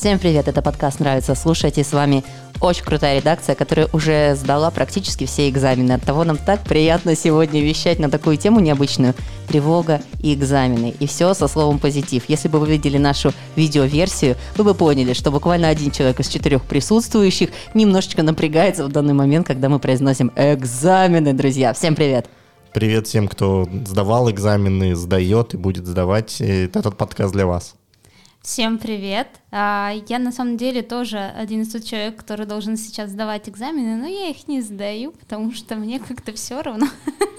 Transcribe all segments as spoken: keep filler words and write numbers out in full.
Всем привет, это подкаст «Нравится слушать», и с вами очень крутая редакция, которая уже сдала практически все экзамены. Оттого нам так приятно сегодня вещать на такую тему необычную – тревога и экзамены. И все со словом «позитив». Если бы вы видели нашу видеоверсию, вы бы поняли, что буквально один человек из четырех присутствующих немножечко напрягается в данный момент, когда мы произносим «экзамены», друзья. Всем привет! Привет всем, кто сдавал экзамены, сдает и будет сдавать. Этот подкаст для вас. Всем привет! Я на самом деле тоже один из тех человек, который должен сейчас сдавать экзамены, но я их не сдаю, потому что мне как-то все равно.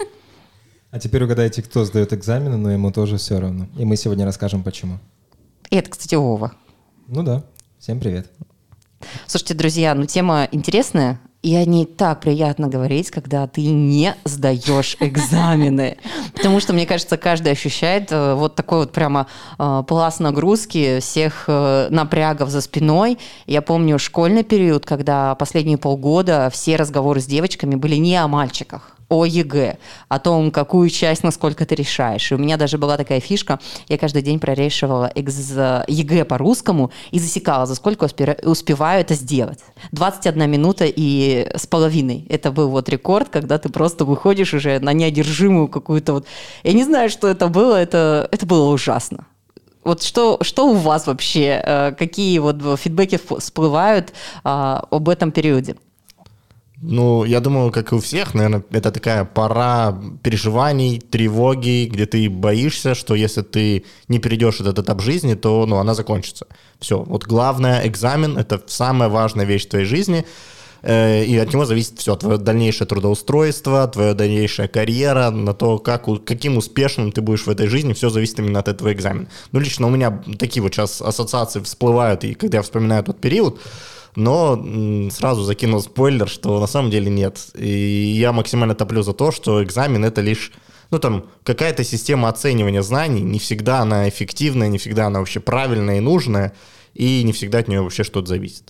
А теперь угадайте, кто сдает экзамены, но ему тоже все равно. И мы сегодня расскажем, почему. И это, кстати, Вова. Ну да. Всем привет. Слушайте, друзья, ну тема интересная. И о ней так приятно говорить, когда ты не сдаешь экзамены. Потому что, мне кажется, каждый ощущает вот такой вот прямо пласт нагрузки, всех напрягов за спиной. Я помню школьный период, когда последние полгода все разговоры с девочками были не о мальчиках, о ЕГЭ, о том, какую часть, насколько ты решаешь. И у меня даже была такая фишка, я каждый день прорешивала экз... ЕГЭ по-русскому и засекала, за сколько успеваю это сделать. двадцать одна минута и с половиной. Это был вот рекорд, когда ты просто выходишь уже на неодержимую какую-то вот... Я не знаю, что это было, это, это было ужасно. Вот что, что у вас вообще, какие вот фидбэки всплывают а, об этом периоде? Ну, я думаю, как и у всех, наверное, это такая пора переживаний, тревоги, где ты боишься, что если ты не перейдешь этот этап жизни, то ну, она закончится. Все. Вот главное, экзамен – это самая важная вещь в твоей жизни, э, и от него зависит все. Твое дальнейшее трудоустройство, твоя дальнейшая карьера, на то, как, каким успешным ты будешь в этой жизни, все зависит именно от этого экзамена. Ну, лично у меня такие вот сейчас ассоциации всплывают, и когда я вспоминаю тот период, но сразу закинул спойлер, что на самом деле нет. И я максимально топлю за то, что экзамен — это лишь, ну там, какая-то система оценивания знаний. Не всегда она эффективная, не всегда она вообще правильная и нужная, и не всегда от нее вообще что-то зависит.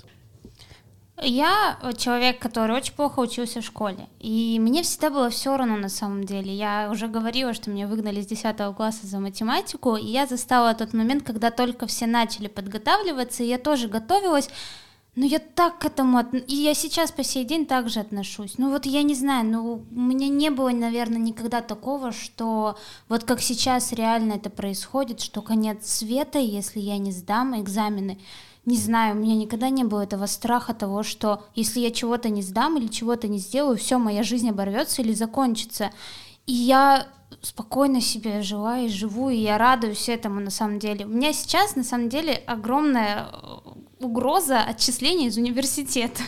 Я человек, который очень плохо учился в школе, и мне всегда было все равно на самом деле. Я уже говорила, что меня выгнали с десятого класса за математику, и я застала тот момент, когда только все начали подготавливаться, и я тоже готовилась. Ну, я так к этому... От... И я сейчас по сей день так же отношусь. Ну, вот я не знаю, ну, у меня не было, наверное, никогда такого, что вот как сейчас реально это происходит, что конец света, если я не сдам экзамены. Не знаю, у меня никогда не было этого страха того, что если я чего-то не сдам или чего-то не сделаю, все, моя жизнь оборвется или закончится. И я спокойно себе жила и живу, и я радуюсь этому на самом деле. У меня сейчас, на самом деле, огромная угроза отчисления из университета.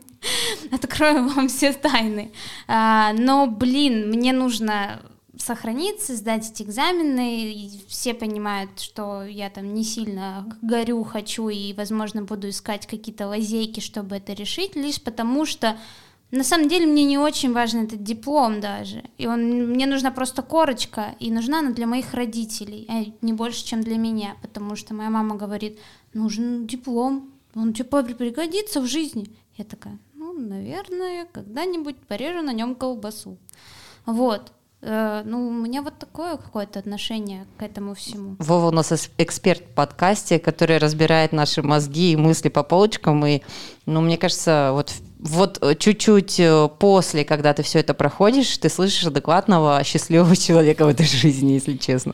Открою вам все тайны. А, но, блин, мне нужно сохраниться, сдать эти экзамены. И все понимают, что я там не сильно горю, хочу и, возможно, буду искать какие-то лазейки, чтобы это решить, лишь потому что на самом деле мне не очень важен этот диплом даже. И он, мне нужна просто корочка, и нужна она для моих родителей, а не больше, чем для меня, потому что моя мама говорит, нужен диплом, он тебе пригодится в жизни. Я такая, ну, наверное, когда-нибудь порежу на нем колбасу. Вот. Ну, у меня вот такое какое-то отношение к этому всему. Вова у нас эксперт в подкасте, который разбирает наши мозги и мысли по полочкам. И, ну, мне кажется, вот, вот чуть-чуть после, когда ты все это проходишь, ты слышишь адекватного, счастливого человека в этой жизни, если честно.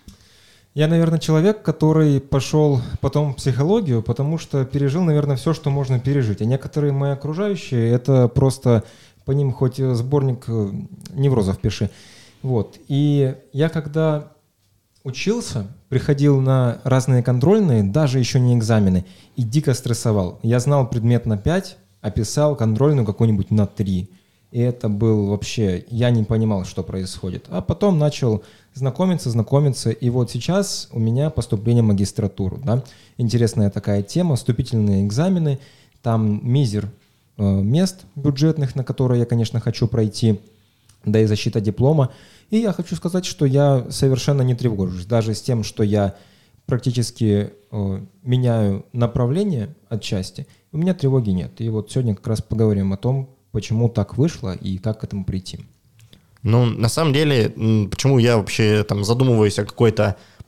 Я, наверное, человек, который пошел потом в психологию, потому что пережил, наверное, все, что можно пережить. А некоторые мои окружающие, это просто... По ним хоть сборник неврозов пиши. Вот. И я когда учился, приходил на разные контрольные, даже еще не экзамены, и дико стрессовал. Я знал предмет на пять, а писал контрольную какую-нибудь на три. И это был вообще... Я не понимал, что происходит. А потом начал знакомиться, знакомиться. И вот сейчас у меня поступление в магистратуру. Да? Интересная такая тема, вступительные экзамены. Там мизер мест бюджетных, на которые я, конечно, хочу пройти, да и защита диплома. И я хочу сказать, что я совершенно не тревожусь. Даже с тем, что я практически э, меняю направление отчасти, у меня тревоги нет. И вот сегодня как раз поговорим о том, почему так вышло и как к этому прийти. Ну, на самом деле, почему я вообще там задумываюсь о какой-то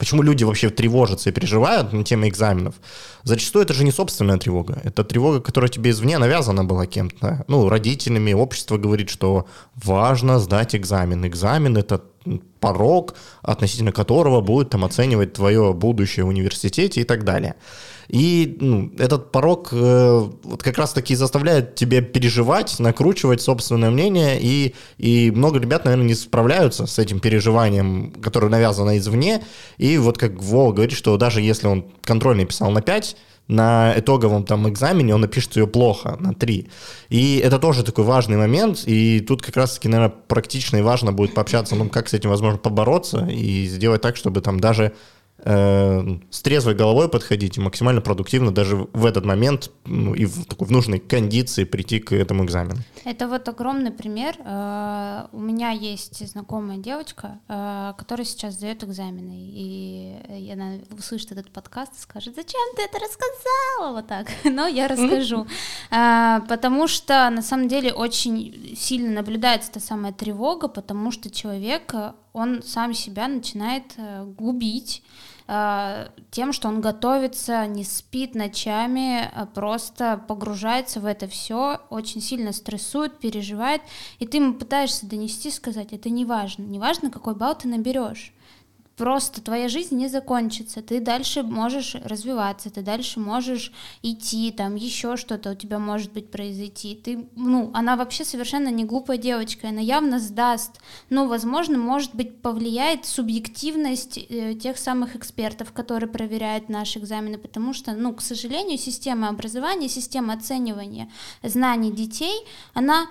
почему люди вообще тревожатся и переживают на тему экзаменов, зачастую это же не собственная тревога. Это тревога, которая тебе извне навязана была кем-то. Ну, родителями, общество говорит, что важно сдать экзамен. Экзамен — это порог, относительно которого будут там оценивать твое будущее в университете и так далее. И ну, этот порог э, вот как раз-таки заставляет тебя переживать, накручивать собственное мнение, и, и много ребят, наверное, не справляются с этим переживанием, которое навязано извне. И вот как Вова говорит, что даже если он контрольный писал на пять, на итоговом там экзамене он напишет ее плохо, на три. И это тоже такой важный момент, и тут как раз-таки, наверное, практично и важно будет пообщаться, ну, как с этим возможно побороться и сделать так, чтобы там даже э, с трезвой головой подходить и максимально продуктивно даже в этот момент ну, и в, такой, в нужной кондиции прийти к этому экзамену. Это вот огромный пример. Uh, у меня есть знакомая девочка, uh, которая сейчас сдает экзамены, и она услышит этот подкаст и скажет: зачем ты это рассказала? Вот так. Но я расскажу. Uh, потому что на самом деле очень сильно наблюдается та самая тревога, потому что человек, он сам себя начинает uh, губить тем, что он готовится, не спит ночами, просто погружается в это все, очень сильно стрессует, переживает, и ты ему пытаешься донести, сказать: это не важно, не важно, какой балл ты наберешь. Просто твоя жизнь не закончится, ты дальше можешь развиваться, ты дальше можешь идти, там еще что-то у тебя может быть произойти. Ты, ну, она вообще совершенно не глупая девочка, она явно сдаст, но, возможно, может быть, повлияет субъективность э, тех самых экспертов, которые проверяют наши экзамены, потому что, ну, к сожалению, система образования, система оценивания знаний детей, она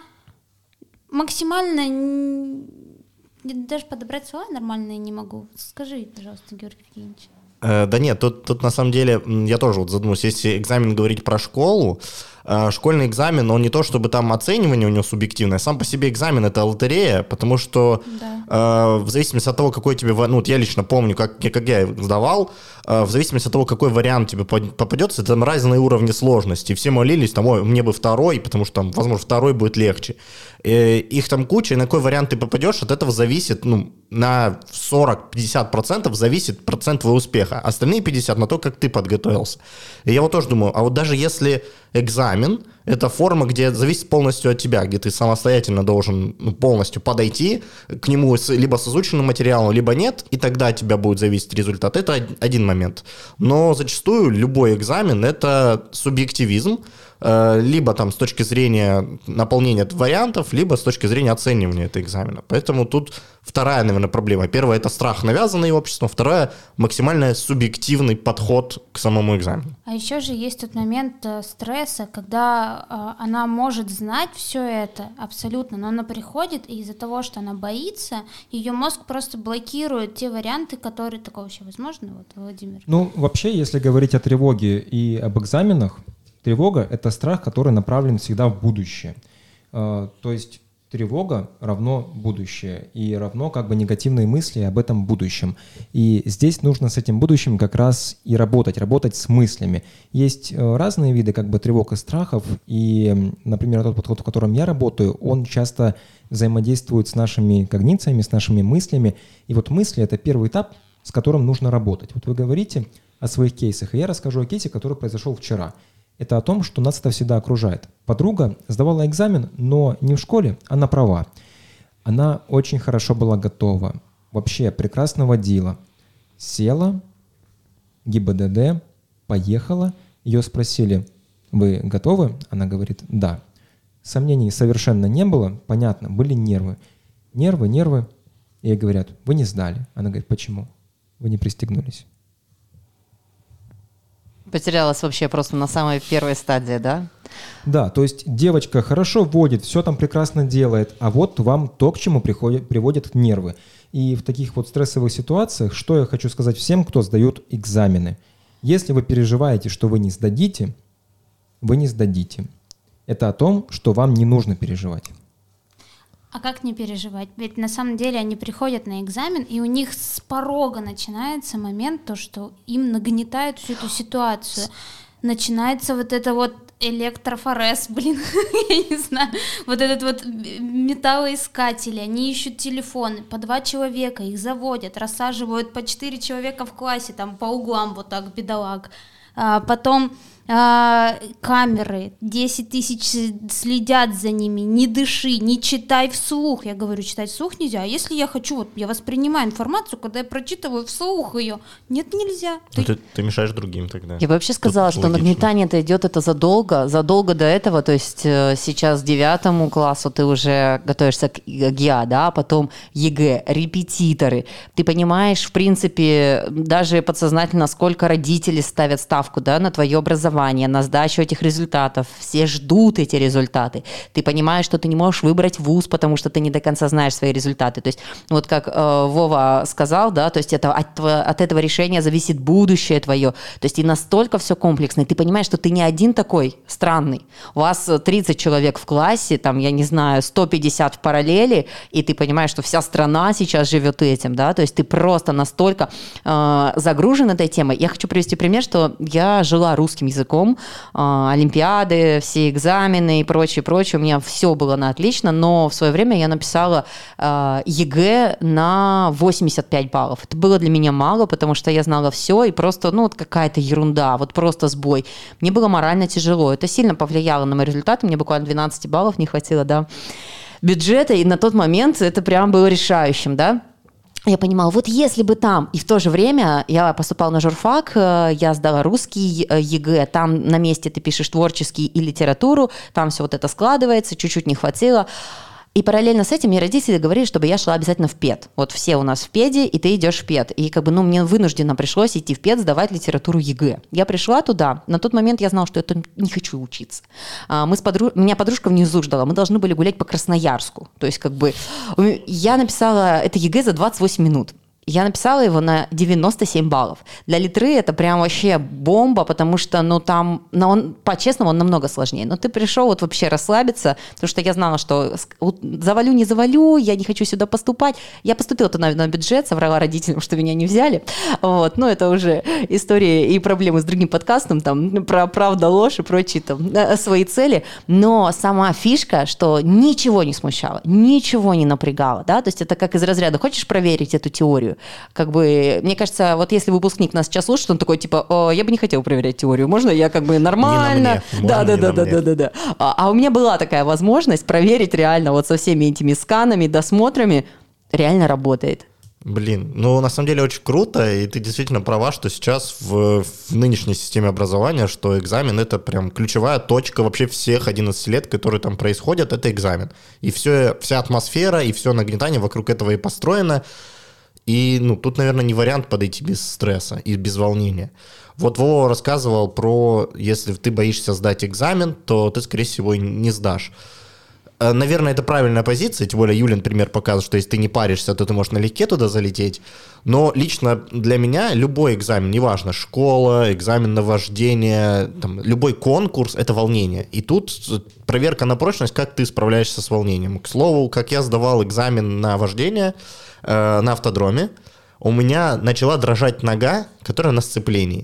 максимально... Я даже подобрать слова нормальные не могу. Скажи, пожалуйста, Георгий Евгеньевич. Э, да нет, тут, тут на самом деле, я тоже вот задумался, если экзамен говорить про школу, э, школьный экзамен, он не то чтобы там оценивание у него субъективное, сам по себе экзамен — это лотерея, потому что да. э, в зависимости от того, какой тебе, ну вот я лично помню, как, как я сдавал, э, в зависимости от того, какой вариант тебе попадется, там разные уровни сложности. Все молились, там, ой, мне бы второй, потому что там, возможно, второй будет легче. Э, их там куча, и на какой вариант ты попадешь, от этого зависит, ну, на сорок-пятьдесят процентов зависит процент твоего успеха. Остальные пятьдесят на то, как ты подготовился. И я вот тоже думаю, а вот даже если экзамен — это форма, где зависит полностью от тебя, где ты самостоятельно должен ну, полностью подойти к нему с, либо с изученным материалом, либо нет, и тогда от тебя будет зависеть результат. Это один момент. Но зачастую любой экзамен — это субъективизм, либо там с точки зрения наполнения вариантов, либо с точки зрения оценивания этого экзамена. Поэтому тут вторая, наверное, проблема. Первая — это страх, навязанный обществом. Вторая — максимально субъективный подход к самому экзамену. А еще же есть тот момент э, стресса, когда э, она может знать все это абсолютно, но она приходит, и из-за того, что она боится, ее мозг просто блокирует те варианты, которые... Такое вообще возможно, вот, Владимир? Ну, вообще, если говорить о тревоге и об экзаменах, тревога — это страх, который направлен всегда в будущее. То есть тревога равно будущее, и равно как бы негативные мысли об этом будущем. И здесь нужно с этим будущим как раз и работать, работать с мыслями. Есть разные виды как бы тревог и страхов, и, например, тот подход, в котором я работаю, он часто взаимодействует с нашими когнициями, с нашими мыслями. И вот мысли — это первый этап, с которым нужно работать. Вот вы говорите о своих кейсах, и я расскажу о кейсе, который произошел вчера. Это о том, что нас это всегда окружает. Подруга сдавала экзамен, но не в школе, а на права. Она очень хорошо была готова, вообще прекрасно водила. Села, ГИБДД, поехала. Ее спросили: вы готовы? Она говорит: да. Сомнений совершенно не было, понятно, были нервы. Нервы, нервы. И ей говорят: вы не сдали. Она говорит: почему? Вы не пристегнулись. Потерялась вообще просто на самой первой стадии, да? Да, то есть девочка хорошо водит, все там прекрасно делает, а вот вам то, к чему приходят, приводят нервы. И в таких вот стрессовых ситуациях, что я хочу сказать всем, кто сдает экзамены. Если вы переживаете, что вы не сдадите, вы не сдадите. Это о том, что вам не нужно переживать. А как не переживать? Ведь на самом деле они приходят на экзамен, и у них с порога начинается момент, то, что им нагнетают всю эту ситуацию. Начинается вот это вот электрофорез, блин, я не знаю, вот этот вот металлоискатели, они ищут телефоны, по два человека их заводят, рассаживают по четыре человека в классе, там по углам вот так, бедолаг, а, потом а, камеры, десять тысяч следят за ними, не дыши, не читай вслух, я говорю, читать вслух нельзя, а если я хочу, вот я воспринимаю информацию, когда я прочитываю вслух ее, нет, нельзя. Ты, ты, ты мешаешь другим тогда. Я бы вообще сказала, Тут что логично. нагнетание это идет это задолго, задолго до этого, то есть э, сейчас девятому классу ты уже готовишься к ГИА, да, а потом ЕГЭ, репетиторы, ты понимаешь, в принципе, даже подсознательно, сколько родители ставят ставку, да, на твое образование, на сдачу этих результатов, все ждут эти результаты, ты понимаешь, что ты не можешь выбрать вуз, потому что ты не до конца знаешь свои результаты, то есть вот как э, Вова сказал, да, то есть это от, от этого решения зависит будущее твое, то есть и настолько все комплексно, и ты понимаешь, что ты не один такой странный, у вас тридцать человек в классе, там, я не знаю, сто пятьдесят в параллели, и ты понимаешь, что вся страна сейчас живет этим, да, то есть ты просто настолько э, загружен этой темой. Я хочу привести пример, что я жила русским языком, олимпиады, все экзамены и прочее, прочее. У меня все было на отлично, но в свое время я написала э, ЕГЭ на восемьдесят пять баллов. Это было для меня мало, потому что я знала все, и просто, ну, вот какая-то ерунда, вот просто сбой. Мне было морально тяжело. Это сильно повлияло на мои результаты. Мне буквально двенадцать баллов не хватило, да, бюджета, и на тот момент это прям было решающим, да. Я понимала, вот если бы там, и в то же время я поступала на журфак, я сдала русский ЕГЭ, там на месте ты пишешь творческий и литературу, там все вот это складывается, чуть-чуть не хватило. И параллельно с этим мне родители говорили, чтобы я шла обязательно в пед. Вот все у нас в педе, и ты идешь в пед. И как бы, ну, мне вынужденно пришлось идти в пед, сдавать литературу ЕГЭ. Я пришла туда, на тот момент я знала, что я не хочу учиться. Мы с подруж... Меня подружка внизу ждала, мы должны были гулять по Красноярску. То есть как бы я написала это ЕГЭ за двадцать восемь минут. Я написала его на девяносто семь баллов. Для литры это прям вообще бомба, потому что, ну, там, ну, он, по-честному, он намного сложнее. Но ты пришел вот вообще расслабиться, потому что я знала, что завалю, не завалю, я не хочу сюда поступать. Я поступила туда на бюджет, соврала родителям, что меня не взяли. Вот. Ну, это уже история и проблемы с другим подкастом, там, про правда, ложь и прочие там свои цели. Но сама фишка, что ничего не смущало, ничего не напрягало, да, то есть это как из разряда, хочешь проверить эту теорию? Как бы, мне кажется, вот если выпускник нас сейчас слушает, он такой, типа, О, я бы не хотел проверять теорию, можно я как бы нормально? Да, да, да, да, да, да, да. А, а у меня была такая возможность проверить реально вот со всеми этими сканами, досмотрами, реально работает. Блин, ну на самом деле очень круто, и ты действительно права, что сейчас в, в нынешней системе образования, что экзамен — это прям ключевая точка вообще всех одиннадцати лет, которые там происходят, это экзамен. И все, вся атмосфера, и все нагнетание вокруг этого и построено. И, ну, тут, наверное, не вариант подойти без стресса и без волнения. Вот Вова рассказывал про, если ты боишься сдать экзамен, то ты, скорее всего, не сдашь. Наверное, это правильная позиция, тем более Юлин пример показывает, что если ты не паришься, то ты можешь налегке туда залететь. Но лично для меня любой экзамен, неважно, школа, экзамен на вождение, там, любой конкурс — это волнение. И тут проверка на прочность, как ты справляешься с волнением. К слову, как я сдавал экзамен на вождение э, на автодроме, у меня начала дрожать нога, которая на сцеплении.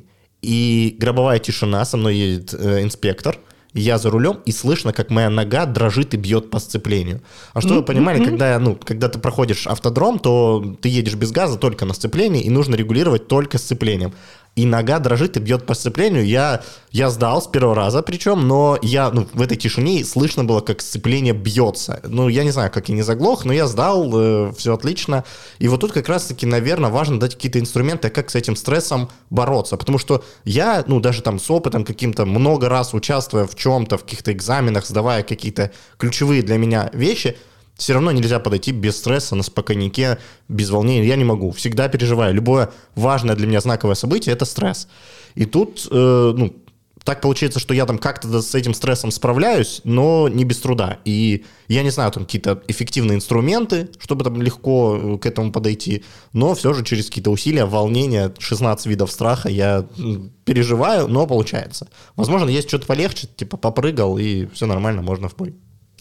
И гробовая тишина, со мной едет э, инспектор, я за рулем, и слышно, как моя нога дрожит и бьет по сцеплению. А что mm-hmm. вы понимали, когда, ну, когда ты проходишь автодром, то ты едешь без газа только на сцеплении, и нужно регулировать только сцеплением. И нога дрожит и бьет по сцеплению. Я, я сдал с первого раза причем, но я, ну, в этой тишине слышно было, как сцепление бьется. Ну, я не знаю, как я не заглох, но я сдал, э, все отлично. И вот тут как раз-таки, наверное, важно дать какие-то инструменты, как с этим стрессом бороться. Потому что я, ну, даже там с опытом каким-то, много раз участвуя в чем-то, в каких-то экзаменах, сдавая какие-то ключевые для меня вещи, все равно нельзя подойти без стресса, на спокойнике, без волнения. Я не могу. Всегда переживаю. Любое важное для меня знаковое событие — это стресс. И тут, э, ну, так получается, что я там как-то с этим стрессом справляюсь, но не без труда. И я не знаю, там какие-то эффективные инструменты, чтобы там легко к этому подойти, но все же через какие-то усилия, волнения, шестнадцать видов страха я переживаю, но получается. Возможно, есть что-то полегче, типа попрыгал, и все нормально, можно в бой.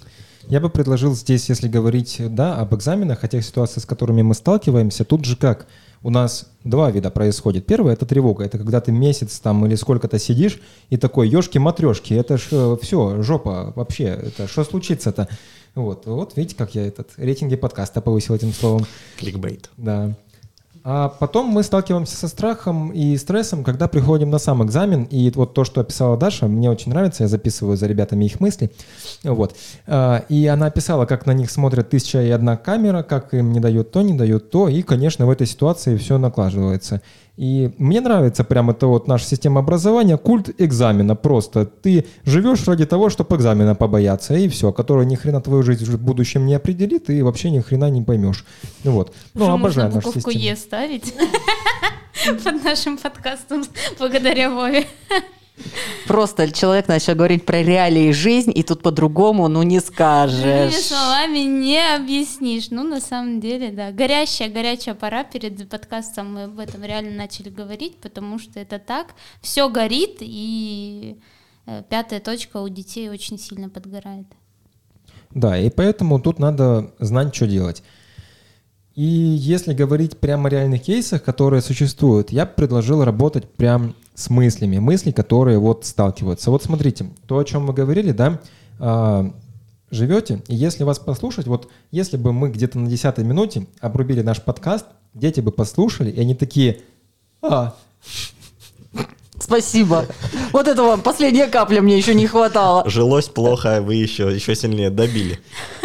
Я бы предложил здесь, если говорить, да, об экзаменах, о тех ситуациях, с которыми мы сталкиваемся, тут же как? У нас два вида происходит. Первое — это тревога. Это когда ты месяц там или сколько-то сидишь и такой, ёшки-матрёшки, это ж все, жопа вообще, это что случится-то? Вот, вот видите, как я этот рейтинги подкаста повысил этим словом. Кликбейт. Да. А потом мы сталкиваемся со страхом и стрессом, когда приходим на сам экзамен. И вот то, что описала Даша, мне очень нравится. Я записываю за ребятами их мысли. Вот. И она описала, как на них смотрят тысяча и одна камера, как им не дают то, не дают то. И, конечно, в этой ситуации все накладывается. И мне нравится прям это вот наша система образования, культ экзамена просто. Ты живешь ради того, чтобы экзамена побояться, и все, который ни хрена твою жизнь в будущем не определит, и вообще ни хрена не поймешь. Вот. Ну, обожаю нашу систему. Можно буковку Е ставить под нашим подкастом благодаря Вове. Просто человек начал говорить про реалии жизни, и тут по-другому, ну, не скажешь. Другими словами не объяснишь. Ну, на самом деле, да. Горящая, горячая пора перед подкастом. Мы об этом реально начали говорить, потому что это так. Все горит, и пятая точка у детей очень сильно подгорает. Да, и поэтому тут надо знать, что делать. И если говорить прямо о реальных кейсах, которые существуют, я бы предложил работать прям с мыслями, мысли, которые вот сталкиваются. Вот смотрите, то, о чем мы говорили, да, э, живете, и если вас послушать, вот если бы мы где-то на десятой минуте обрубили наш подкаст, дети бы послушали, и они такие, а... Спасибо. Вот этого последняя капля мне еще не хватало. Жилось плохо, вы еще, еще сильнее добили.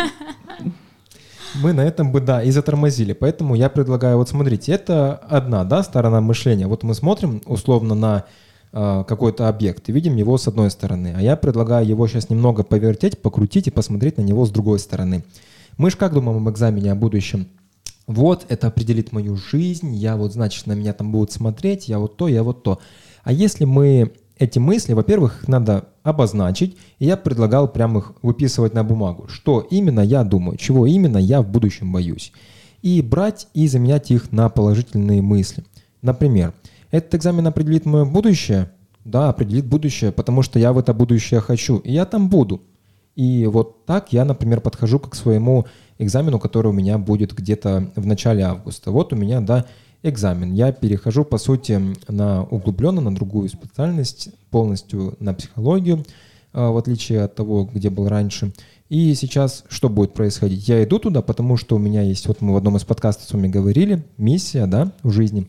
Мы на этом бы, да, и затормозили. Поэтому я предлагаю, вот смотрите, это одна, да, сторона мышления. Вот мы смотрим условно на э, какой-то объект и видим его с одной стороны. А я предлагаю его сейчас немного повертеть, покрутить и посмотреть на него с другой стороны. Мы же как думаем об экзамене, о будущем? Вот, это определит мою жизнь, я вот, значит, на меня там будут смотреть, я вот то, я вот то. А если мы эти мысли, во-первых, их надо обозначить, и я предлагал прямо их выписывать на бумагу, что именно я думаю, чего именно я в будущем боюсь, и брать и заменять их на положительные мысли. Например, этот экзамен определит мое будущее? Да, определит будущее, потому что я в это будущее хочу, и я там буду. И вот так я, например, подхожу к своему экзамену, который у меня будет где-то в начале августа. Вот у меня, да, экзамен. Я перехожу, по сути, на углубленно, на другую специальность, полностью на психологию, в отличие от того, где был раньше. И сейчас что будет происходить? Я иду туда, потому что у меня есть, вот мы в одном из подкастов с вами говорили, миссия, да, в жизни.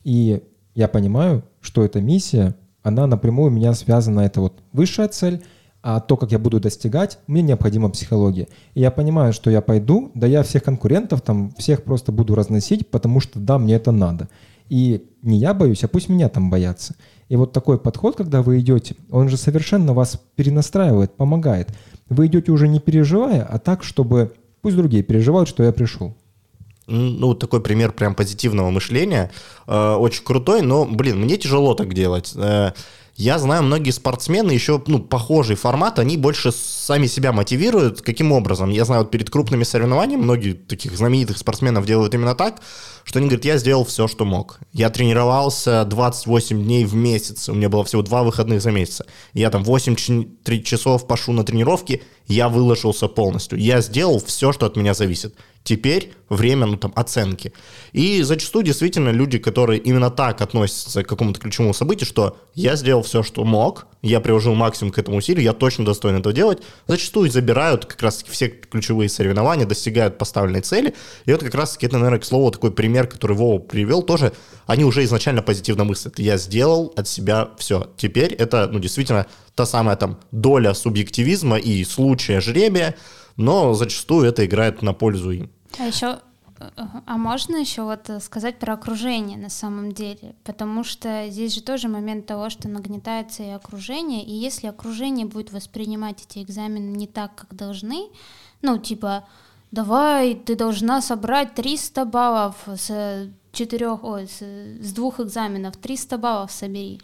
И я понимаю, что эта миссия, она напрямую у меня связана, это вот высшая цель, а то, как я буду достигать, мне необходима психология. И я понимаю, что я пойду, да я всех конкурентов там, всех просто буду разносить, потому что да, мне это надо. И не я боюсь, а пусть меня там боятся. И вот такой подход, когда вы идете, он же совершенно вас перенастраивает, помогает. Вы идете уже не переживая, а так, чтобы пусть другие переживают, что я пришел. Ну, такой пример прям позитивного мышления. Э, очень крутой, но, блин, мне тяжело так делать. Э, Я знаю, многие спортсмены еще, ну, похожий формат, они больше сами себя мотивируют. Каким образом? Я знаю, вот перед крупными соревнованиями многие таких знаменитых спортсменов делают именно так, что они говорят, я сделал все, что мог. Я тренировался двадцать восемь дней в месяц, у меня было всего два выходных за месяц. Я там восемь часов пошу на тренировки, я выложился полностью. Я сделал все, что от меня зависит. Теперь время, ну, там, оценки. И зачастую действительно люди, которые именно так относятся к какому-то ключевому событию, что я сделал все, что мог, я приложил максимум к этому усилию, я точно достоин этого делать, зачастую забирают как раз-таки все ключевые соревнования, достигают поставленной цели. И вот как раз-таки это, наверное, к слову, такой пример, который Вова привел, тоже они уже изначально позитивно мыслят. Я сделал от себя все. Теперь это, ну, действительно та самая там доля субъективизма и случая жребия, но зачастую это играет на пользу им. А еще, а можно еще вот сказать про окружение на самом деле, потому что здесь же тоже момент того, что нагнетается и окружение, и если окружение будет воспринимать эти экзамены не так, как должны, ну типа, давай, ты должна собрать триста баллов с четырех, ой, с, с двух экзаменов, триста баллов собери.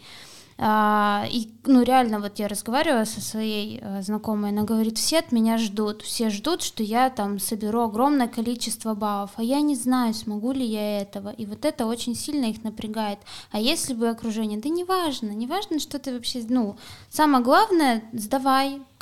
А, и, ну, реально, вот я разговаривала со своей а, знакомой, она говорит, все от меня ждут, все ждут, что я там соберу огромное количество баллов, а я не знаю, смогу ли я этого, и вот это очень сильно их напрягает. А если бы окружение, да неважно, неважно, что ты вообще, ну, самое главное, сдавай,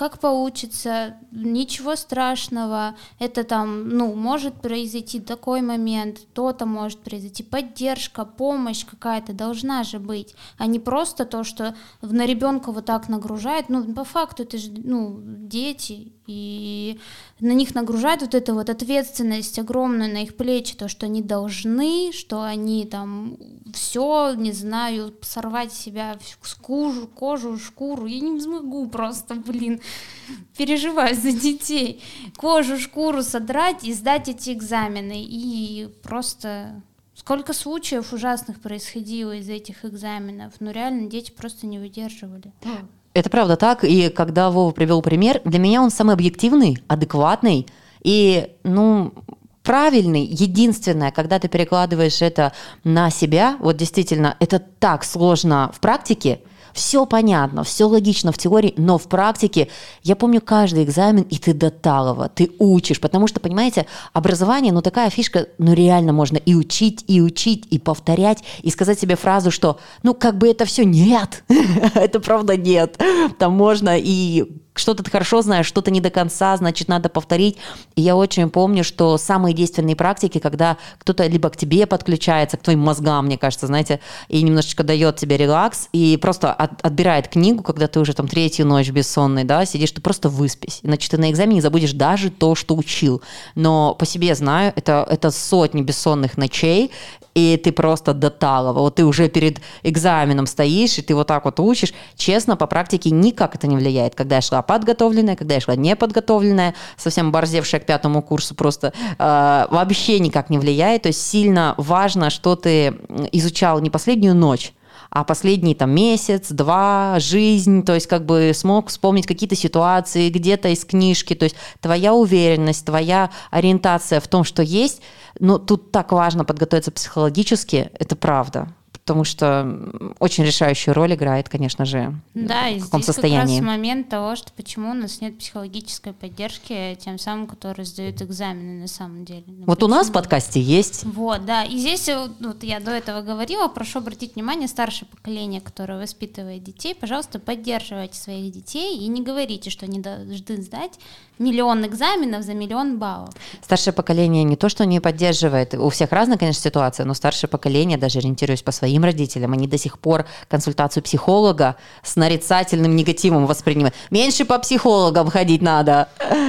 как получится, ничего страшного, это там, ну, может произойти такой момент, то-то может произойти, поддержка, помощь какая-то должна же быть, а не просто то, что на ребенка вот так нагружает, ну, по факту это же, ну, дети, и на них нагружают вот эту вот ответственность огромную на их плечи, то, что они должны, что они там все, не знаю, сорвать себя кожу, кожу, шкуру, я не смогу просто, блин, переживаю за детей, кожу, шкуру содрать и сдать эти экзамены, и просто... Сколько случаев ужасных происходило из этих экзаменов, ну реально дети просто не выдерживали. Это правда так, и когда Вова привел пример, для меня он самый объективный, адекватный и, ну, правильный. Единственное, когда ты перекладываешь это на себя, вот действительно, это так сложно в практике. Все понятно, все логично в теории, но в практике, я помню каждый экзамен, и ты до талого, ты учишь, потому что, понимаете, образование, ну такая фишка, ну реально можно и учить, и учить, и повторять, и сказать себе фразу, что, ну как бы это все нет, это правда нет, там можно и... Что-то ты хорошо знаешь, что-то не до конца, значит, надо повторить. И я очень помню, что самые действенные практики, когда кто-то либо к тебе подключается, к твоим мозгам, мне кажется, знаете, и немножечко дает тебе релакс, и просто от, отбирает книгу, когда ты уже там третью ночь бессонный, да, сидишь, ты просто выспись. Иначе ты на экзамене забудешь даже то, что учил. Но по себе знаю, это, это сотни бессонных ночей, и ты просто до талого. Вот ты уже перед экзаменом стоишь, и ты вот так вот учишь. Честно, по практике никак это не влияет. Когда я шла подготовленная, когда я шла неподготовленная, совсем борзевшая к пятому курсу, просто э, вообще никак не влияет. То есть сильно важно, что ты изучал не последнюю ночь, а последний там месяц, два, жизнь, то есть как бы смог вспомнить какие-то ситуации где-то из книжки, то есть твоя уверенность, твоя ориентация в том, что есть, но тут так важно подготовиться психологически, это правда. Потому что очень решающую роль играет, конечно же, да, в и каком здесь состоянии. как раз момент того, что почему у нас нет психологической поддержки тем самым, которые сдают экзамены на самом деле. Ну, вот почему? У нас в подкасте есть. Вот, да. И здесь, вот я до этого говорила, прошу обратить внимание, старшее поколение, которое воспитывает детей, пожалуйста, поддерживайте своих детей и не говорите, что они должны сдать миллион экзаменов за миллион баллов. Старшее поколение не то, что не поддерживает, у всех разная, конечно, ситуация, но старшее поколение, даже ориентируясь по своим родителям, они до сих пор консультацию психолога с нарицательным негативом воспринимают. Меньше по психологам ходить надо.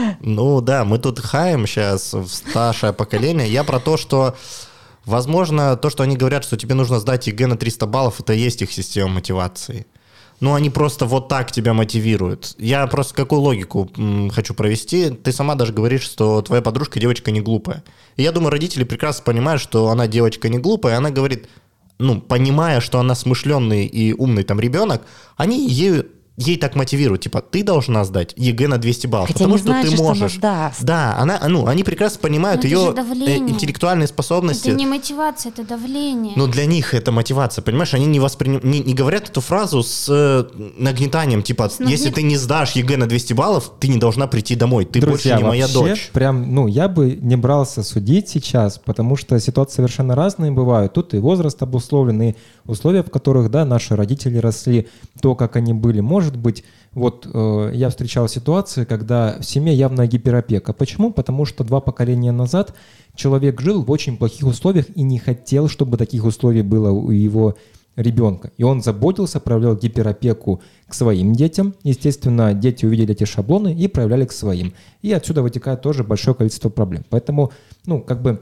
Ну да, мы тут хаем сейчас в старшее поколение. Я про то, что, возможно, то, что они говорят, что тебе нужно сдать ЕГЭ на триста баллов, это и есть их система мотивации. Ну, они просто вот так тебя мотивируют. Я просто какую логику м, хочу провести. Ты сама даже говоришь, что твоя подружка девочка не глупая. И я думаю, родители прекрасно понимают, что она девочка не глупая, и она говорит, ну, понимая, что она смышленный и умный там ребенок, они ею ей так мотивируют, типа, ты должна сдать ЕГЭ на двести баллов, хотя потому не что значит, ты что она можешь. сдаст. Да, она, ну, они прекрасно понимают Но это ее же давление. интеллектуальные способности. Это не мотивация, это давление. Но для них это мотивация, понимаешь? Они не, восприним... не, не говорят эту фразу с э, нагнетанием, типа, С нагнет... если ты не сдашь ЕГЭ на двести баллов, ты не должна прийти домой, ты Друзья, больше не моя вообще, дочь. Прям, ну, я бы не брался судить сейчас, потому что ситуации совершенно разные бывают. Тут и возраст обусловлен, и условия, в которых, да, наши родители росли, то, как они были, может быть. Вот э, я встречал ситуации, когда в семье явно гиперопека. Почему? Потому что два поколения назад человек жил в очень плохих условиях и не хотел, чтобы таких условий было у его ребенка. И он заботился, проявлял гиперопеку к своим детям. Естественно, дети увидели эти шаблоны и проявляли к своим. И отсюда вытекает тоже большое количество проблем. Поэтому, ну, как бы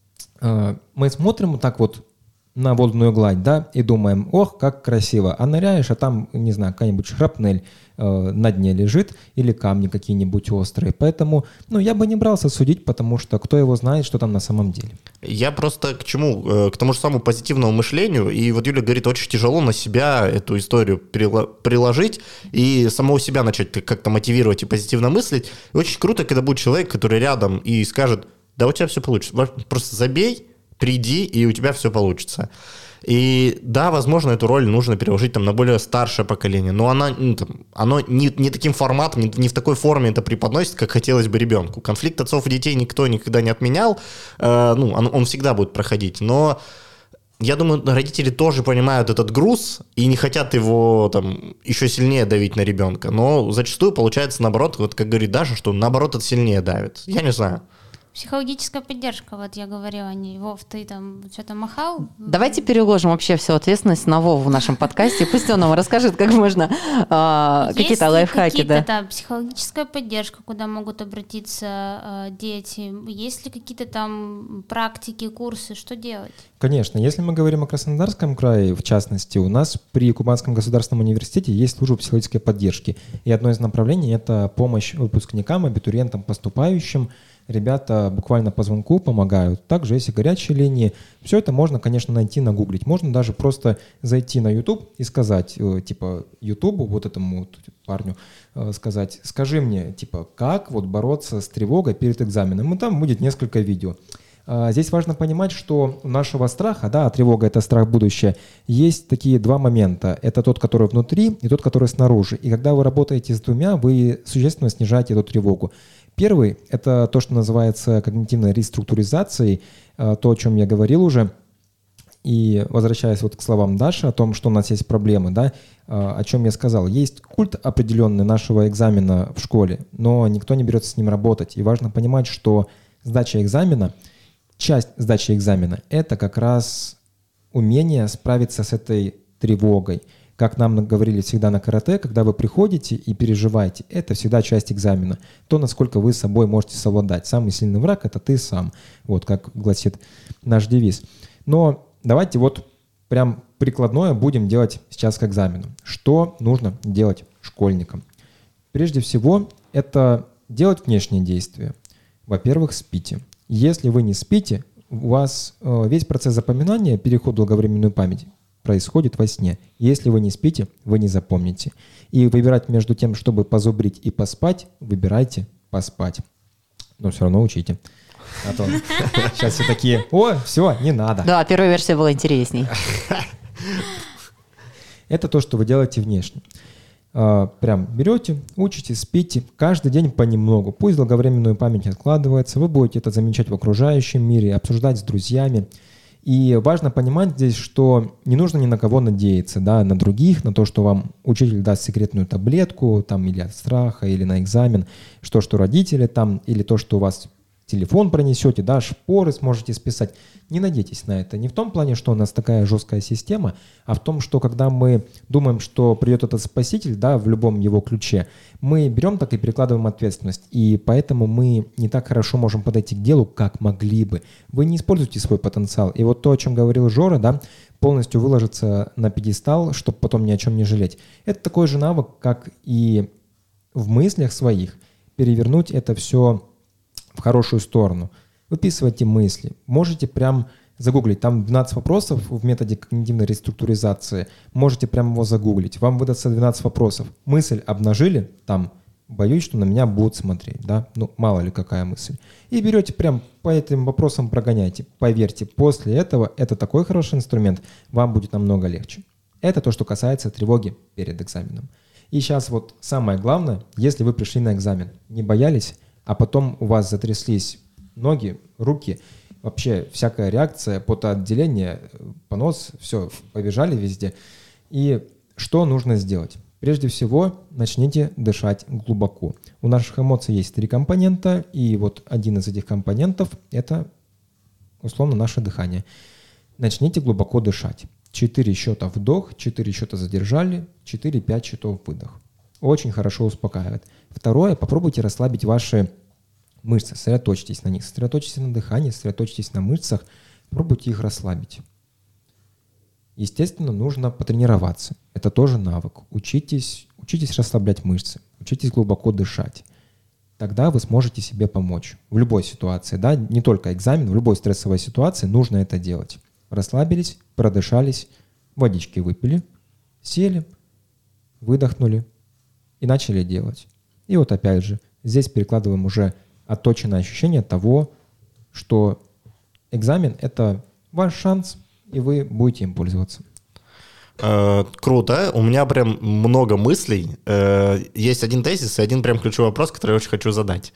э, мы смотрим вот так вот на водную гладь, да, и думаем, ох, как красиво. А ныряешь, а там, не знаю, какая-нибудь шрапнель э, на дне лежит или камни какие-нибудь острые. Поэтому, ну, я бы не брался судить, потому что кто его знает, что там на самом деле. Я просто к чему? К тому же самому позитивному мышлению. И вот Юля говорит, очень тяжело на себя эту историю приложить и самого себя начать как-то мотивировать и позитивно мыслить. И очень круто, когда будет человек, который рядом и скажет, да у тебя все получится. Просто забей, приди, и у тебя все получится. И да, возможно, эту роль нужно переложить там, на более старшее поколение, но она, ну, там, оно не, не таким форматом, не, не в такой форме это преподносит, как хотелось бы ребенку. Конфликт отцов и детей никто никогда не отменял, э, ну, он, он всегда будет проходить, но я думаю, родители тоже понимают этот груз и не хотят его там еще сильнее давить на ребенка. Но зачастую получается наоборот, вот как говорит Даша, что наоборот это сильнее давит. Я не знаю. Психологическая поддержка, вот я говорила, не Вов, ты там что-то махал. Давайте переложим вообще всю ответственность на Вову в нашем подкасте, пусть он нам расскажет, как можно а, какие-то лайфхаки. Какие-то, да. да, психологическая поддержка, куда могут обратиться а, дети? Есть ли какие-то там практики, курсы, что делать? Конечно, если мы говорим о Краснодарском крае, в частности, у нас при Кубанском государственном университете есть служба психологической поддержки. И одно из направлений – это помощь выпускникам, абитуриентам, поступающим. Ребята буквально по звонку помогают. Также, если горячие линии, все это можно, конечно, найти, нагуглить. Можно даже просто зайти на YouTube и сказать, типа, YouTube, вот этому вот парню, сказать, скажи мне, типа, как вот бороться с тревогой перед экзаменом. И там будет несколько видео. Здесь важно понимать, что у нашего страха, да, а тревога – это страх будущего, есть такие два момента. Это тот, который внутри, и тот, который снаружи. И когда вы работаете с двумя, вы существенно снижаете эту тревогу. Первый – это то, что называется когнитивной реструктуризацией, то, о чем я говорил уже. И возвращаясь вот к словам Даши о том, что у нас есть проблемы, да, о чем я сказал. Есть культ определенный нашего экзамена в школе, но никто не берется с ним работать. И важно понимать, что сдача экзамена, часть сдачи экзамена – это как раз умение справиться с этой тревогой. Как нам говорили всегда на карате, когда вы приходите и переживаете, это всегда часть экзамена. То, насколько вы с собой можете совладать. Самый сильный враг – это ты сам. Вот как гласит наш девиз. Но давайте вот прям прикладное будем делать сейчас к экзамену. Что нужно делать школьникам? Прежде всего, это делать внешние действия. Во-первых, спите. Если вы не спите, у вас весь процесс запоминания, переход в долговременную память, происходит во сне. Если вы не спите, вы не запомните. И выбирать между тем, чтобы позубрить и поспать, выбирайте поспать. Но все равно учите. А то сейчас все такие, о, все, не надо. Да, первая версия была интересней. Это то, что вы делаете внешне. Прям берете, учите, спите, каждый день понемногу. Пусть долговременную память откладывается, вы будете это замечать в окружающем мире, обсуждать с друзьями. И важно понимать здесь, что не нужно ни на кого надеяться, да, на других, на то, что вам учитель даст секретную таблетку, там, или от страха, или на экзамен, что, что родители там, или то, что у вас телефон пронесете, да, шпоры сможете списать. Не надейтесь на это. Не в том плане, что у нас такая жесткая система, а в том, что когда мы думаем, что придет этот спаситель, да, в любом его ключе, мы берем так и перекладываем ответственность. И поэтому мы не так хорошо можем подойти к делу, как могли бы. Вы не используете свой потенциал. И вот то, о чем говорил Жора, да, полностью выложиться на пьедестал, чтобы потом ни о чем не жалеть. Это такой же навык, как и в мыслях своих перевернуть это все в хорошую сторону. Выписывайте мысли. Можете прям загуглить. Там двенадцать вопросов в методе когнитивной реструктуризации. Можете прям его загуглить. Вам выдастся двенадцать вопросов. Мысль обнажили, там, боюсь, что на меня будут смотреть. Да? Ну, мало ли какая мысль. И берете прям по этим вопросам прогоняйте. Поверьте, после этого это такой хороший инструмент, вам будет намного легче. Это то, что касается тревоги перед экзаменом. И сейчас вот самое главное, если вы пришли на экзамен, не боялись, а потом у вас затряслись ноги, руки, вообще всякая реакция, потоотделение, понос, все, побежали везде. И что нужно сделать? Прежде всего, начните дышать глубоко. У наших эмоций есть три компонента, и вот один из этих компонентов – это, условно, наше дыхание. Начните глубоко дышать. Четыре счета вдох, четыре счета задержали, четыре-пять счетов выдох. Очень хорошо успокаивает. Второе, попробуйте расслабить ваши мышцы, сосредоточьтесь на них, сосредоточьтесь на дыхании, сосредоточьтесь на мышцах, попробуйте их расслабить. Естественно, нужно потренироваться. Это тоже навык. Учитесь, учитесь расслаблять мышцы, учитесь глубоко дышать. Тогда вы сможете себе помочь. В любой ситуации, да, не только экзамен, в любой стрессовой ситуации нужно это делать. Расслабились, продышались, водички выпили, сели, выдохнули и начали делать. И вот опять же, здесь перекладываем уже отточенное ощущение того, что экзамен – это ваш шанс, и вы будете им пользоваться. Э, круто. У меня прям много мыслей. Э, есть один тезис и один прям ключевой вопрос, который я очень хочу задать.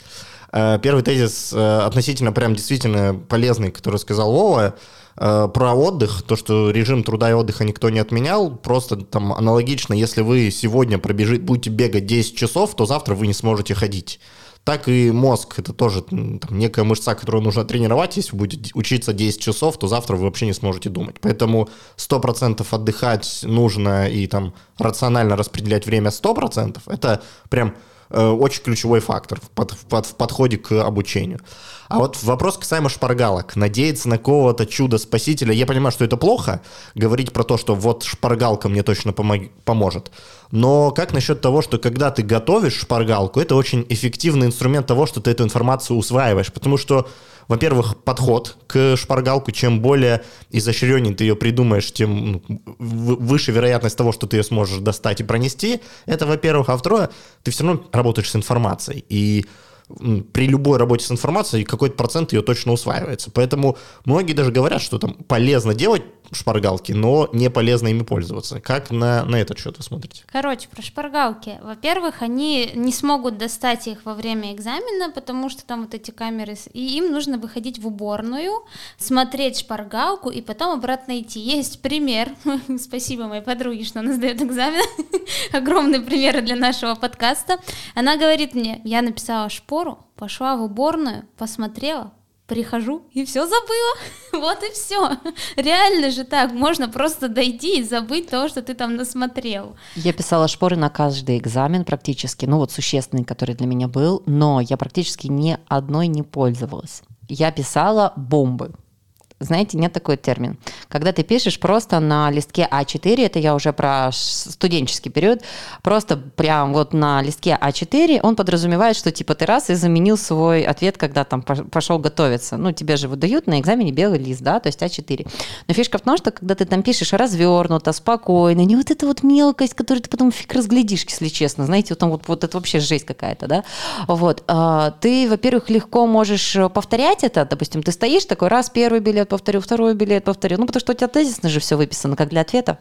Первый тезис относительно прям действительно полезный, который сказал Вова, про отдых, то, что режим труда и отдыха никто не отменял, просто там аналогично, если вы сегодня пробежите, будете бегать десять часов, то завтра вы не сможете ходить. Так и мозг, это тоже там, некая мышца, которую нужно тренировать. Если вы будете учиться десять часов, то завтра вы вообще не сможете думать. Поэтому сто процентов отдыхать нужно и там рационально распределять время сто процентов. Это прям э, очень ключевой фактор в, под, в, под, в подходе к обучению. А вот вопрос касаемо шпаргалок. Надеяться на какого-то чудо-спасителя. Я понимаю, что это плохо, говорить про то, что вот шпаргалка мне точно помог, поможет. Но как насчет того, что когда ты готовишь шпаргалку, это очень эффективный инструмент того, что ты эту информацию усваиваешь. Потому что, во-первых, подход к шпаргалку, чем более изощреннее ты ее придумаешь, тем ну, выше вероятность того, что ты ее сможешь достать и пронести. Это, во-первых. А второе, ты все равно работаешь с информацией. И при любой работе с информацией какой-то процент ее точно усваивается. Поэтому многие даже говорят, что там полезно делать шпаргалки, но не полезно ими пользоваться. Как на, на этот счет вы смотрите? Короче, про шпаргалки. Во-первых, они не смогут достать их во время экзамена, потому что там вот эти камеры, и им нужно выходить в уборную, смотреть шпаргалку и потом обратно идти. Есть пример. Спасибо моей подруге, что она сдает экзамен. Огромные примеры для нашего подкаста. Она говорит мне, я написала шпору, пошла в уборную, посмотрела, прихожу и все забыла. Вот и все. Реально же так. Можно просто дойти и забыть то, что ты там насмотрел. Я писала шпоры на каждый экзамен практически, ну вот существенный, который для меня был, но я практически ни одной не пользовалась. Я писала бомбы. Знаете, нет такой термин. Когда ты пишешь просто на листке а четыре, это я уже про студенческий период, просто прям вот на листке а четыре он подразумевает, что типа ты раз и заменил свой ответ, когда там пошел готовиться. Ну, тебе же выдают на экзамене белый лист, да, то есть а четыре. Но фишка в том, что когда ты там пишешь развернуто, спокойно, не вот эта вот мелкость, которую ты потом фиг разглядишь, если честно, знаете, вот, там вот, вот это вообще жесть какая-то, да, вот. Ты, во-первых, легко можешь повторять это, допустим, ты стоишь такой, раз, первый билет, повторю, второй билет, повторю. Ну, потому что у тебя тезисно же все выписано, как для ответов.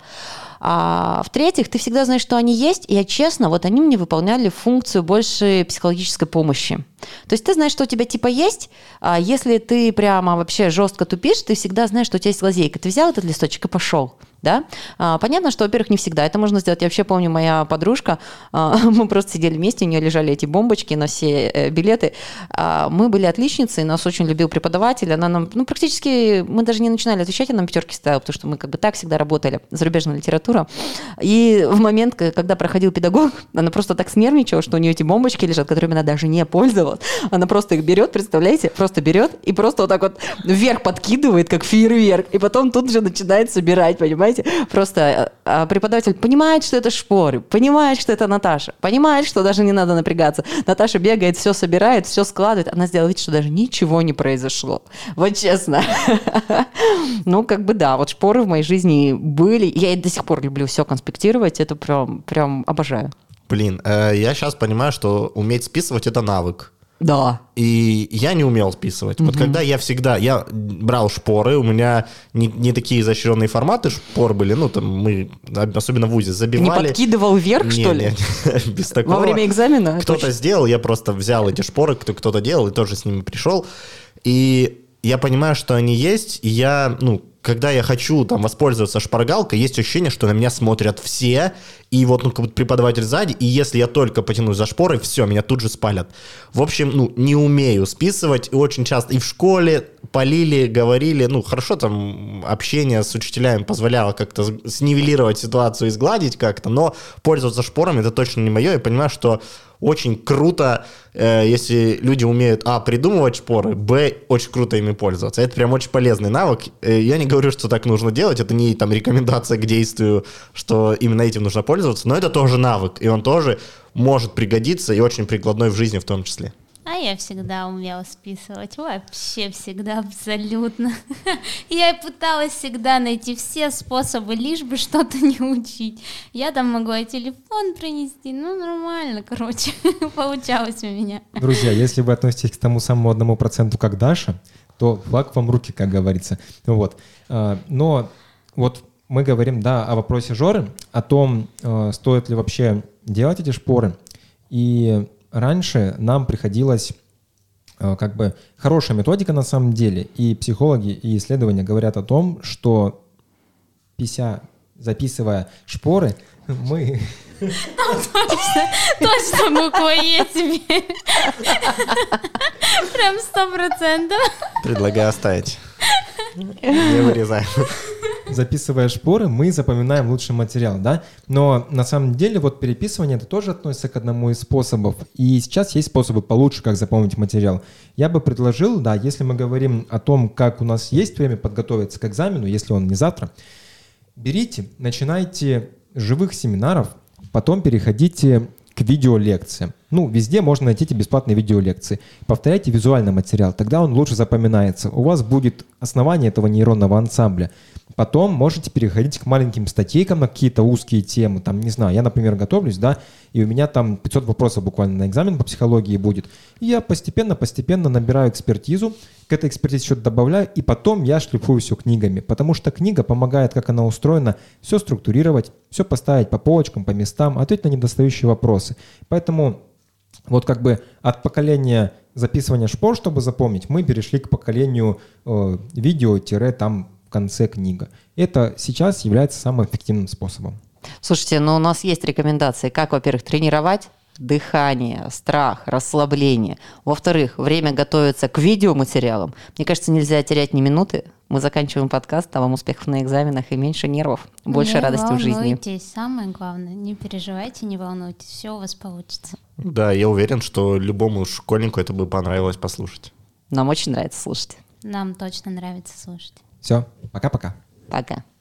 А в-третьих, ты всегда знаешь, что они есть, и я честно, вот они мне выполняли функцию больше психологической помощи. То есть ты знаешь, что у тебя типа есть, а если ты прямо вообще жестко тупишь, ты всегда знаешь, что у тебя есть лазейка. Ты взял этот листочек и пошел. Да? А, понятно, что, во-первых, не всегда это можно сделать. Я вообще помню, моя подружка, а, мы просто сидели вместе, у нее лежали эти бомбочки на все э, билеты. А, мы были отличницы, нас очень любил преподаватель. Она нам, ну, практически, мы даже не начинали отвечать, она нам пятерки ставила, потому что мы как бы так всегда работали, зарубежная литература. И в момент, когда проходил педагог, она просто так снервничала, что у нее эти бомбочки лежат, которыми она даже не пользовалась. Она просто их берет, представляете, просто берет и просто вот так вот вверх подкидывает, как фейерверк, и потом тут же начинает собирать, понимаете? Просто преподаватель понимает, что это шпоры, понимает, что это Наташа, понимает, что даже не надо напрягаться. Наташа бегает, все собирает, все складывает. Она сделала вид, что даже ничего не произошло. Вот честно. Ну, как бы да, вот шпоры в моей жизни были. Я и до сих пор люблю все конспектировать. Это прям, прям обожаю. Блин, э, я сейчас понимаю, что уметь списывать – это навык. Да. И я не умел списывать. Угу. Вот когда я всегда, я брал шпоры, у меня не, не такие изощренные форматы шпор были, ну там мы, особенно в ВУЗе, забивали. Не подкидывал вверх, не, что ли? Не, без такого. Во время экзамена? Кто-то сделал, я просто взял эти шпоры, кто-то делал, и тоже с ними пришел. И я понимаю, что они есть, и я, ну, когда я хочу там воспользоваться шпаргалкой, есть ощущение, что на меня смотрят все, и вот ну, как будто преподаватель сзади, и если я только потянусь за шпорой, все, меня тут же спалят. В общем, ну, не умею списывать, и очень часто и в школе полили, говорили, ну, хорошо, там, общение с учителями позволяло как-то снивелировать ситуацию и сгладить как-то, но пользоваться шпорами это точно не мое, я понимаю, что очень круто, э, если люди умеют, а, придумывать шпоры, б, очень круто ими пользоваться. Это прям очень полезный навык. Э, я не говорю, что так нужно делать, это не там рекомендация к действию, что именно этим нужно пользоваться, но это тоже навык, и он тоже может пригодиться и очень прикладной в жизни в том числе. А я всегда умела списывать, вообще всегда, абсолютно. Я пыталась всегда найти все способы, лишь бы что-то не учить. Я там могла телефон принести, ну нормально, короче, получалось у меня. Друзья, если вы относитесь к тому самому одному проценту, как Даша, то флаг вам в руки, как говорится. Вот. Но вот мы говорим, да, о вопросе Жоры, о том, стоит ли вообще делать эти шпоры. И раньше нам приходилось как бы хорошая методика на самом деле, и психологи и исследования говорят о том, что пися, записывая шпоры, мы... Точно, точно буква Е тебе. Прям сто процентов. Предлагаю оставить. Не вырезаем. Записывая шпоры, мы запоминаем лучший материал, да? Но на самом деле вот переписывание это тоже относится к одному из способов. И сейчас есть способы получше, как запомнить материал. Я бы предложил, да, если мы говорим о том, как у нас есть время подготовиться к экзамену, если он не завтра, берите, начинайте с живых семинаров, потом переходите к видеолекциям. Ну, везде можно найти эти бесплатные видеолекции. Повторяйте визуальный материал, тогда он лучше запоминается. У вас будет основание этого нейронного ансамбля. Потом можете переходить к маленьким статейкам на какие-то узкие темы. Там, не знаю, я, например, готовлюсь, да, и у меня там пятьсот вопросов буквально на экзамен по психологии будет. И я постепенно-постепенно набираю экспертизу, к этой экспертизе что-то добавляю, и потом я шлифую все книгами. Потому что книга помогает, как она устроена, все структурировать, все поставить по полочкам, по местам, ответить на недостающие вопросы. Поэтому вот как бы от поколения записывания шпор, чтобы запомнить, мы перешли к поколению э, видео-там в конце книга. Это сейчас является самым эффективным способом. Слушайте, но у нас есть рекомендации, как, во-первых, тренировать дыхание, страх, расслабление. Во-вторых, время готовиться к видеоматериалам. Мне кажется, нельзя терять ни минуты. Мы заканчиваем подкаст, а вам успехов на экзаменах и меньше нервов, больше не радости в жизни. Не волнуйтесь, самое главное, не переживайте, не волнуйтесь, все у вас получится. Да, я уверен, что любому школьнику это бы понравилось послушать. Нам очень нравится слушать. Нам точно нравится слушать. Все, пока-пока. Пока.